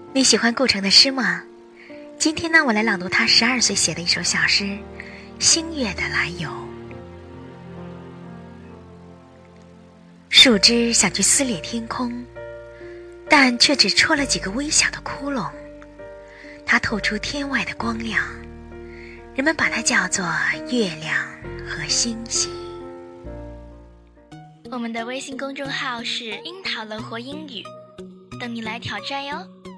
你喜欢顾城的诗吗？今天呢，我来朗读他12岁写的一首小诗《星月的来由》。树枝想去撕裂天空，但却只戳了几个微小的窟窿。它透出天外的光亮，人们把它叫做月亮和星星。 我们的微信公众号是樱桃乐活英语，等你来挑战哟。